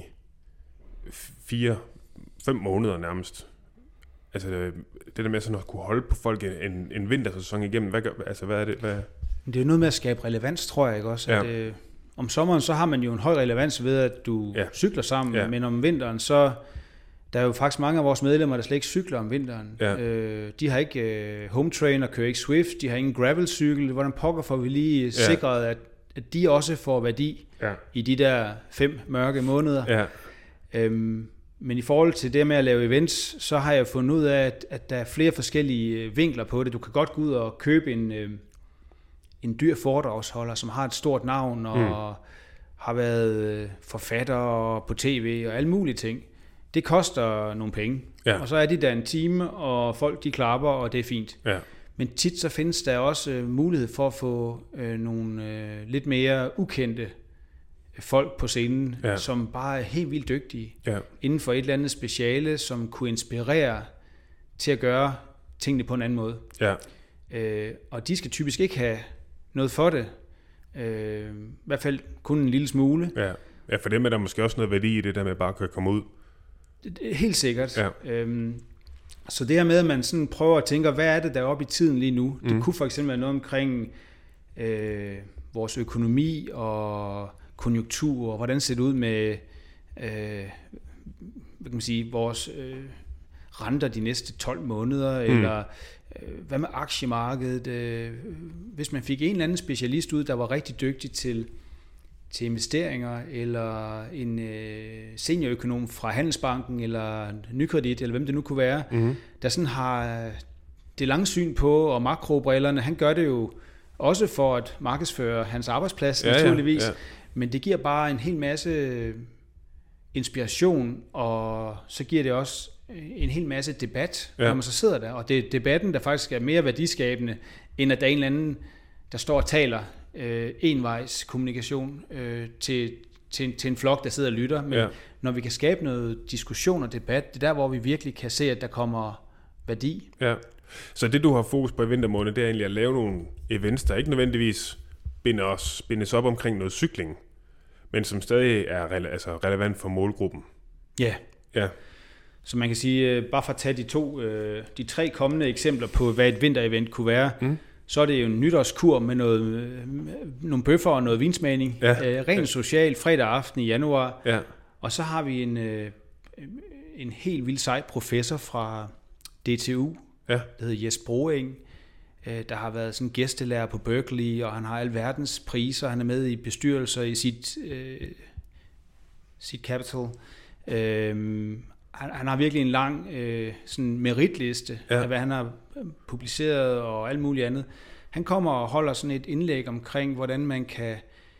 fire, fem måneder nærmest, altså det der med sådan at kunne holde på folk en, en vintersæson igennem, hvad, gør, altså hvad er det? Hvad? Det er jo noget med at skabe relevans, tror jeg ikke også. At, ja. øh, om sommeren, så har man jo en høj relevans ved, at du ja. cykler sammen, ja. men om vinteren, så der er jo faktisk mange af vores medlemmer, der slet ikke cykler om vinteren. Ja. Øh, de har ikke øh, home trainer, kører ikke Swift, de har ingen gravelcykel. Hvordan pokker får vi lige ja. sikret, at, at de også får værdi ja. i de der fem mørke måneder. Ja. Øhm, men i forhold til det med at lave events, så har jeg fundet ud af, at, at der er flere forskellige vinkler på det. Du kan godt gå ud og købe en, øh, en dyr foredragsholder, som har et stort navn og mm. har været forfatter på tv og alle mulige ting. Det koster nogle penge, ja. og så er de der en time, og folk de klapper, og det er fint. Ja. Men tit så findes der også øh, mulighed for at få øh, nogle øh, lidt mere ukendte folk på scenen, ja. som bare er helt vildt dygtige ja. inden for et eller andet speciale, som kunne inspirere til at gøre tingene på en anden måde. Ja. Øh, og de skal typisk ikke have noget for det. Øh, I hvert fald kun en lille smule. Ja. ja, for dem er der måske også noget værdi i det der med bare at komme ud. Helt sikkert. Ja. Øhm, så det her med, at man sådan prøver at tænke, hvad er det, der er oppe i tiden lige nu? Mm. Det kunne for eksempel være noget omkring øh, vores økonomi og konjunktur, og hvordan ser det ud med øh, hvad kan man sige, vores øh, renter de næste tolv måneder, mm. eller øh, hvad med aktiemarkedet? Øh, hvis man fik en eller anden specialist ud, der var rigtig dygtig til til investeringer, eller en øh, seniorøkonom fra Handelsbanken, eller Nykredit, eller hvem det nu kunne være, mm-hmm. der sådan har det lange syn på, og makrobrillerne, han gør det jo også for at markedsføre hans arbejdsplads, ja, naturligvis, ja, ja. Men det giver bare en hel masse inspiration, og så giver det også en hel masse debat, ja. når man så sidder der, og det er debatten, der faktisk er mere værdiskabende, end at der er en eller anden, der står og taler øh, envejs kommunikation øh, til, til, til en flok, der sidder og lytter. Men ja. når vi kan skabe noget diskussion og debat, det er der, hvor vi virkelig kan se, at der kommer værdi. Ja. Så det, du har fokus på i vintermåneden, det er egentlig at lave nogle events, der ikke nødvendigvis binder os, bindes op omkring noget cykling, men som stadig er rele- altså relevant for målgruppen. Ja. Ja. Så man kan sige, bare for at tage de to, de tre kommende eksempler på, hvad et vinterevent kunne være, mm. så er det jo en nytårskur med noget, nogle bøffer og noget vinsmagning. Ja. Rent ja. social, fredag aften i januar. Ja. Og så har vi en, en helt vildt sej professor fra D T U, ja. der hedder Jes Broeng, der har været sådan gæstelærer på Berkeley, og han har alverdens priser. Han er med i bestyrelser i sit, øh, sit capital. Øhm, han, han har virkelig en lang øh, sådan meritliste ja. af, hvad han har publiceret og alt muligt andet. Han kommer og holder sådan et indlæg omkring, hvordan man kan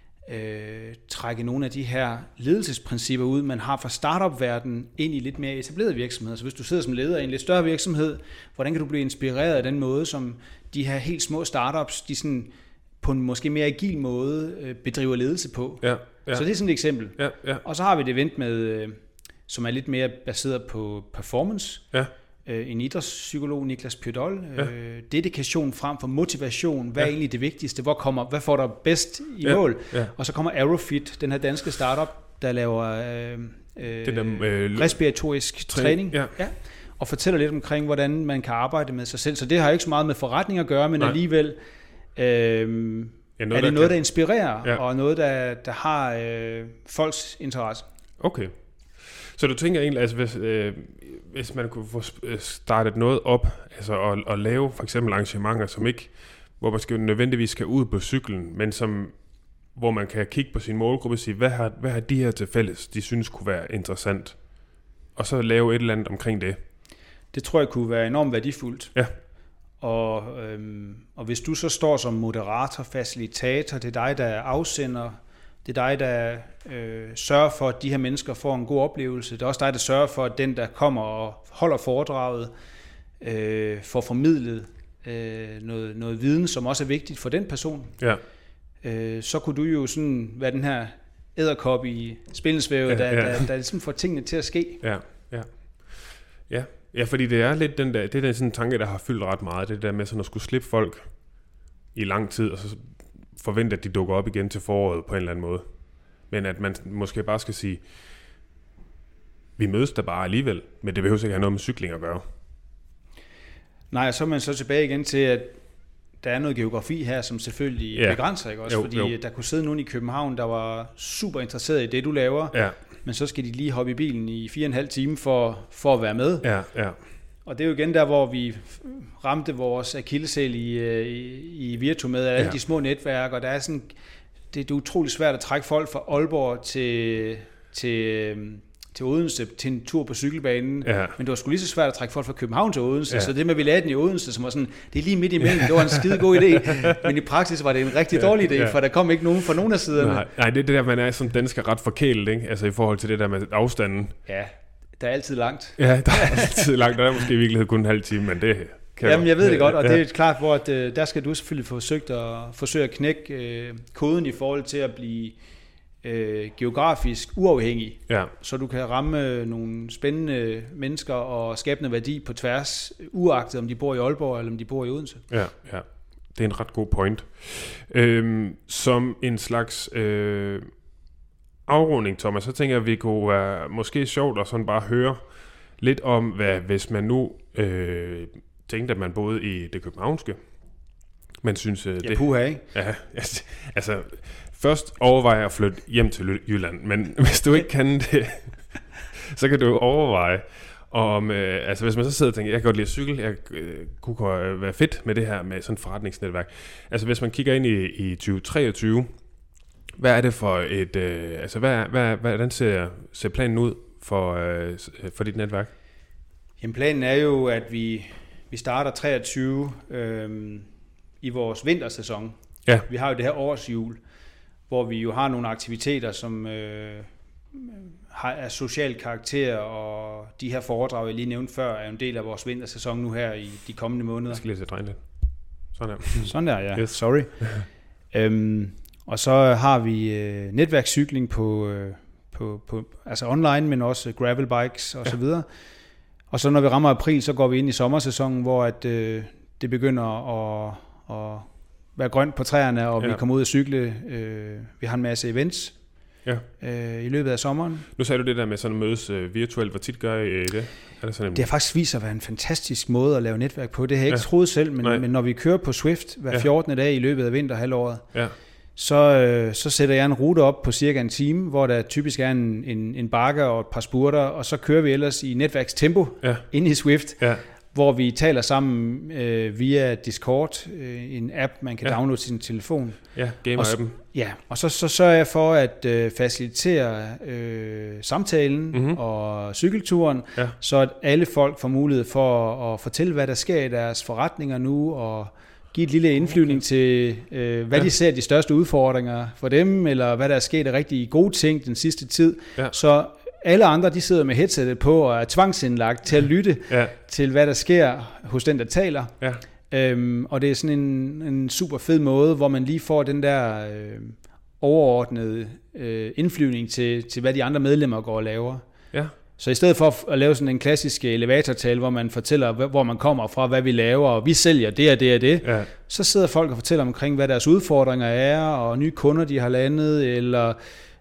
øh, trække nogle af de her ledelsesprincipper ud, man har fra startup-verdenen ind i lidt mere etablerede virksomheder. Så hvis du sidder som leder i en lidt større virksomhed, hvordan kan du blive inspireret af den måde, som de her helt små startups, de sådan på en måske mere agil måde øh, bedriver ledelse på. Ja, ja. Så det er sådan et eksempel. Ja, ja. Og så har vi et event med, øh, som er lidt mere baseret på performance. Ja. Øh, en idrætspsykolog, Niklas Pjødol. Ja. Øh, dedikation frem for motivation. Hvad ja. er egentlig det vigtigste? Hvor kommer, hvad får der bedst i ja. mål? Ja. Og så kommer Aerofit, den her danske startup, der laver øh, øh, der, øh, respiratorisk træ- træning. Ja. Ja. Og fortæller lidt omkring, hvordan man kan arbejde med sig selv. Så det har ikke så meget med forretning at gøre, men Nej. alligevel øh, ja, noget, er det der noget, kan... der inspirerer, ja. og noget, der, der har øh, folks interesse. Okay. Så du tænker egentlig, altså hvis, øh, hvis man kunne få startet noget op, altså og, og lave for eksempel arrangementer, som ikke, hvor man skal nødvendigvis skal ud på cyklen, men som, hvor man kan kigge på sin målgruppe og sige, hvad har, hvad har de her til fælles, de synes kunne være interessant, og så lave et eller andet omkring det. Det tror jeg kunne være enormt værdifuldt. Ja. Og, øhm, og hvis du så står som moderator, facilitator, det er dig, der afsender, det er dig, der øh, sørger for, at de her mennesker får en god oplevelse. Det er også dig, der sørger for, at den, der kommer og holder foredraget, øh, får formidlet øh, noget, noget viden, som også er vigtigt for den person. Ja. Øh, så kunne du jo sådan være den her edderkop i spindelsvævet, ja, der, ja. der, der ligesom får tingene til at ske. Ja, ja. Ja. Ja, fordi det er lidt den der, det er sådan en tanke, der har fyldt ret meget, det der med sådan at skulle slippe folk i lang tid, og så forvente, at de dukker op igen til foråret på en eller anden måde. Men at man måske bare skal sige, vi mødes der bare alligevel, men det behøver ikke have noget med cykling at gøre. Nej, og så er man så tilbage igen til, at der er noget geografi her, som selvfølgelig ja. begrænser, ikke også? Jo, fordi jo. der kunne sidde nogen i København, der var super interesseret i det, du laver, ja. men så skal de lige hoppe i bilen i fire og en halv time for, for at være med. Ja, ja. Og det er jo igen der, hvor vi ramte vores akilleshæl i, i, i Virtu med alle ja. de små netværk, og der er sådan, det er utroligt svært at trække folk fra Aalborg til, til, til Odense til en tur på cykelbanen, ja. men det var sgu lige så svært at trække folk fra København til Odense, ja. så det med, at vi lagde den i Odense, som var sådan, det er lige midt imellem, det var en skide god idé, men i praksis var det en rigtig dårlig idé, ja. for der kom ikke nogen fra nogen af siderne. Nej, nej, det er det der, man er som dansker ret forkælet, ikke? Altså i forhold til det der med afstanden. Ja. Der er altid langt. Ja, der er altid langt. Der er måske i virkeligheden kun en halv time, men det kan Jamen, jeg ved det godt, og ja. det er klart, hvor at, der skal du selvfølgelig forsøgt at, forsøge at knække øh, koden i forhold til at blive øh, geografisk uafhængig, ja. så du kan ramme nogle spændende mennesker og skabe noget værdi på tværs, uagtet om de bor i Aalborg eller om de bor i Odense. Ja, ja. Det er en ret god point. Øhm, som en slags... Øh, afrunding, Thomas, så tænker jeg, at vi kunne være måske sjovt at sådan bare høre lidt om, hvad hvis man nu øh, tænkte, at man boede i det københavnske. Man synes, øh, ja, det... puha, ikke? Ja, altså, først overveje at flytte hjem til Jylland, men hvis du ikke kan det, så kan du overveje, om, øh, altså hvis man så sidder og tænker, jeg kan godt lide at cykle, jeg øh, kunne være fedt med det her med sådan et forretningsnetværk. Altså hvis man kigger ind i, i tyve treogtyve, hvad er det for et, øh, altså hvad, hvad, hvordan ser, ser planen ud for, øh, for dit netværk? Jamen planen er jo, at vi, vi starter treogtyve øh, i vores vintersæson. Ja. Vi har jo det her årshjul, hvor vi jo har nogle aktiviteter, som øh, har, er social karakter, og de her foredrag, jeg lige nævnte før, er en del af vores vintersæson nu her i de kommende måneder. Jeg skal lige se dreje lidt. Sådan der. Sådan der, ja. Yes. Sorry. øhm, Og så har vi øh, netværkscykling på, øh, på, på, altså online, men også gravel bikes og ja. så videre. Og så når vi rammer april, så går vi ind i sommersæsonen, hvor at, øh, det begynder at, at være grønt på træerne, og ja. vi kommer ud og cykle. Øh, vi har en masse events. ja. øh, i løbet af sommeren. Nu sagde du det der med sådan at mødes øh, virtuelt. Hvor tit gør I det? Er det, sådan en... det har faktisk vist sig at være en fantastisk måde at lave netværk på. Det har jeg ikke ja. troet selv, men, men når vi kører på Swift hver fjortende dag i løbet af vinterhalvåret, ja. så, øh, så sætter jeg en rute op på cirka en time, hvor der typisk er en, en, en bakke og et par spurter, og så kører vi ellers i netværkstempo ja. inde i Swift, ja. hvor vi taler sammen øh, via Discord, øh, en app, man kan ja. downloade til sin telefon. Ja, gamer-appen. Ja, og så, så sørger jeg for at øh, facilitere øh, samtalen mm-hmm. og cykelturen, ja. så at alle folk får mulighed for at, at fortælle, hvad der sker i deres forretninger nu, og give et lille indflyvning okay. til, øh, hvad ja. de ser de største udfordringer for dem, eller hvad der er sket af rigtig gode ting den sidste tid. Ja. Så alle andre, de sidder med headsetet på og er tvangsindlagt til at lytte ja. til, hvad der sker hos den, der taler. Ja. Øhm, og det er sådan en, en super fed måde, hvor man lige får den der øh, overordnede øh, indflyvning til, til, hvad de andre medlemmer går og laver. Ja. Så i stedet for at lave sådan en klassisk elevatortale, hvor man fortæller, hvor man kommer fra, hvad vi laver, og vi sælger det og det og det, ja. så sidder folk og fortæller omkring, hvad deres udfordringer er, og nye kunder, de har landet, eller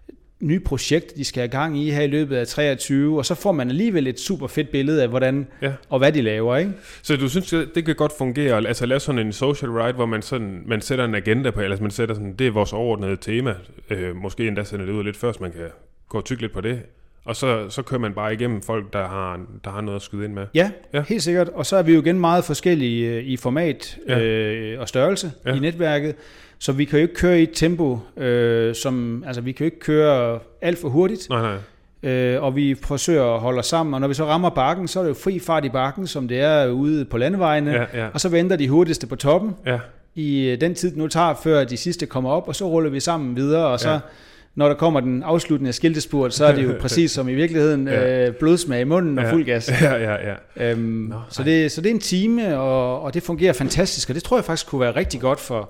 nye projekter, de skal have gang i her i løbet af treogtyve, og så får man alligevel et super fedt billede af, hvordan ja. og hvad de laver, ikke? Så du synes, det kan godt fungere, altså lave sådan en social ride, hvor man, sådan, man sætter en agenda på, eller man sætter sådan, det er vores overordnede tema, øh, måske endda sender det ud lidt før, så man kan gå og tykke lidt på det, og så, så kører man bare igennem folk, der har, der har noget at skyde ind med. Ja, ja, helt sikkert, og så er vi jo igen meget forskellige i format ja. øh, og størrelse ja. i netværket, så vi kan jo ikke køre i et tempo, øh, som, altså vi kan jo ikke køre alt for hurtigt, nej, nej. Øh, og vi forsøger at holde os sammen, og når vi så rammer bakken, så er det jo fri fart i bakken, som det er ude på landevejene, ja, ja. og så venter de hurtigste på toppen ja. i den tid, det nu tager, før de sidste kommer op, og så ruller vi sammen videre, og så, ja. når der kommer den afsluttende skiltespurt, så er det jo præcis som i virkeligheden ja. øh, blodsmag i munden og ja. fuld gas. Ja, ja, ja. Øhm, Nå, så, det, så det er en time, og, og det fungerer fantastisk, og det tror jeg faktisk kunne være rigtig godt for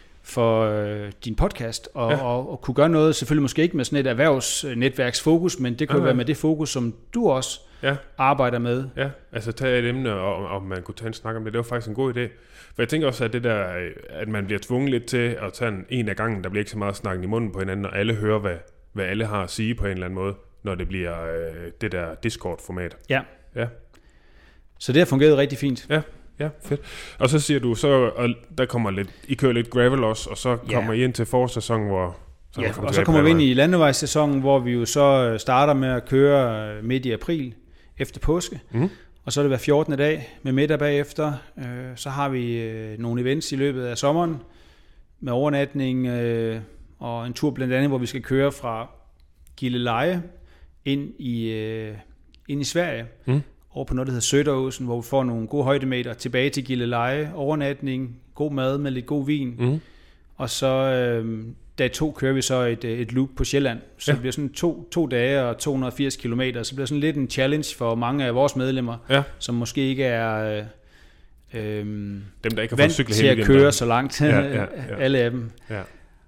for øh, din podcast, og, ja. og, og kunne gøre noget, selvfølgelig måske ikke med sådan et erhvervsnetværksfokus, men det kunne ja, ja. være med det fokus, som du også ja. arbejder med. Ja, altså tage et emne, og, og man kunne tage en snak om det, det var faktisk en god idé. For jeg tænker også, at det der, at man bliver tvunget lidt til at tage en, en af gangen, der bliver ikke så meget snakken i munden på hinanden, og alle hører, hvad, hvad alle har at sige på en eller anden måde, når det bliver øh, det der Discord-format. Ja. Ja. Så det har fungeret rigtig fint. Ja. Ja, fedt. Og så siger du, så og der kommer lidt, I kører lidt gravel også, og så kommer ja. I ind til forårssæsonen, hvor... Så ja, og så kommer vi ind i landevejssæsonen, hvor vi jo så starter med at køre midt i april efter påske. Mm. Og så er det hver fjortende dag med middag bagefter. Så har vi nogle events i løbet af sommeren med overnatning og en tur blandt andet, hvor vi skal køre fra Gilleleje ind i, ind i Sverige. Mm. over på noget, der hedder Söderåsen, hvor vi får nogle gode højdemeter, tilbage til Gilleleje, overnatning, god mad med lidt god vin, mm. og så øh, dag to kører vi så et, et loop på Sjælland, så ja. det bliver sådan to, to dage og to hundrede og firs kilometer, så det bliver sådan lidt en challenge for mange af vores medlemmer, ja. som måske ikke er øh, øh, dem, der ikke har vant cykle til at køre der. så langt, ja, ja, ja. alle af dem. Ja.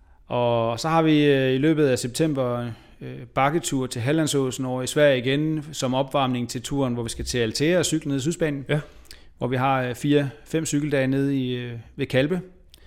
Og så har vi øh, i løbet af september bakketur til Hallandsåsen over i Sverige igen, som opvarmning til turen, hvor vi skal til Altea og cykle ned i Sydspanien, ja. hvor vi har fire, fem cykeldage nede i, ved Kalpe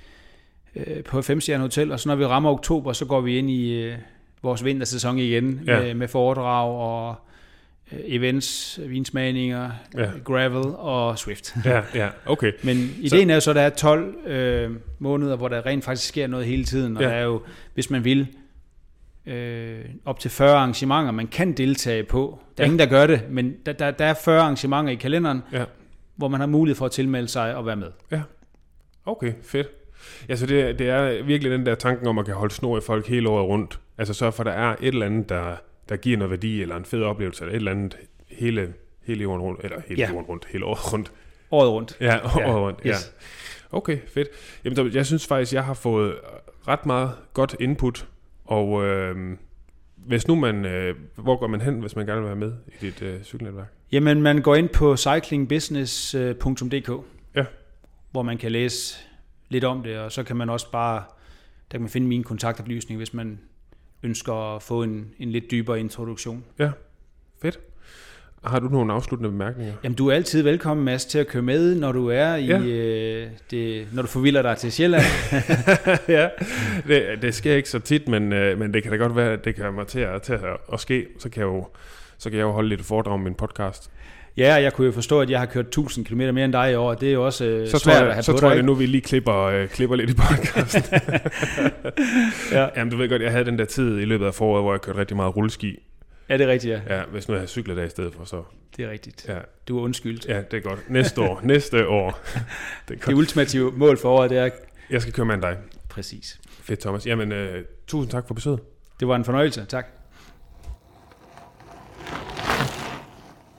på et femstjernet hotel, og så når vi rammer oktober, så går vi ind i vores vintersæson igen ja. med, med foredrag og events, vinsmagninger, ja. gravel og Swift. Ja, ja, okay. Men ideen så. er jo så, at der er tolv øh, måneder, hvor der rent faktisk sker noget hele tiden, og ja. der er jo, hvis man vil, Øh, op til fyrre arrangementer, man kan deltage på. Der er ja. ingen, der gør det, men der, der, der er fyrre arrangementer i kalenderen, ja. hvor man har mulighed for at tilmelde sig og være med. Ja, okay, fedt. Ja, så det, det er virkelig den der tanken om, at kan holde snor i folk hele året rundt. Altså sørge for, at der er et eller andet, der, der giver noget værdi, eller en fed oplevelse, eller et eller andet hele, hele året rundt, eller hele ja. året rundt, hele året rundt. Året rundt. Ja, året ja. rundt, ja. Yes. Okay, fedt. Jamen, jeg synes faktisk, jeg har fået ret meget godt input. Og øh, hvis nu man, øh, hvor går man hen, hvis man gerne vil være med i dit øh, cykelnetværk? Jamen, man går ind på cyclingbusiness punktum d k, ja. hvor man kan læse lidt om det, og så kan man også bare, der kan man finde min kontaktoplysning, hvis man ønsker at få en, en lidt dybere introduktion. Ja, fedt. Har du nogle afsluttende bemærkninger? Jamen, du er altid velkommen, Mads, til at køre med, når du er i, Ja. øh, det, når du forvilder dig til Sjælland. Ja, det, det sker ikke så tit, men, øh, men det kan da godt være, at det kan mig til at, til at, at ske. Så kan, jeg jo, så kan jeg jo holde lidt foredrag om min podcast. Ja, jeg kunne jo forstå, at jeg har kørt tusind kilometer mere end dig i år. Det er jo også øh, Så svært tror at jeg, have så på tror dig, jeg, at ikke? nu vi lige klipper, øh, klipper lidt i podcasten. Ja. Jamen, du ved godt, jeg havde den der tid i løbet af foråret, hvor jeg kørte rigtig meget rulleski. Ja, det er rigtigt, ja. Ja, hvis nu jeg havde cyklet der i stedet for, så... Det er rigtigt. Ja, Du er undskyldt. ja det er godt. Næste år. Næste år. Det er Det godt. ultimative mål for året, det er... Jeg skal køre med dig. Præcis. Fedt, Thomas. Jamen, øh, tusind tak for besøget. Det var en fornøjelse. Tak.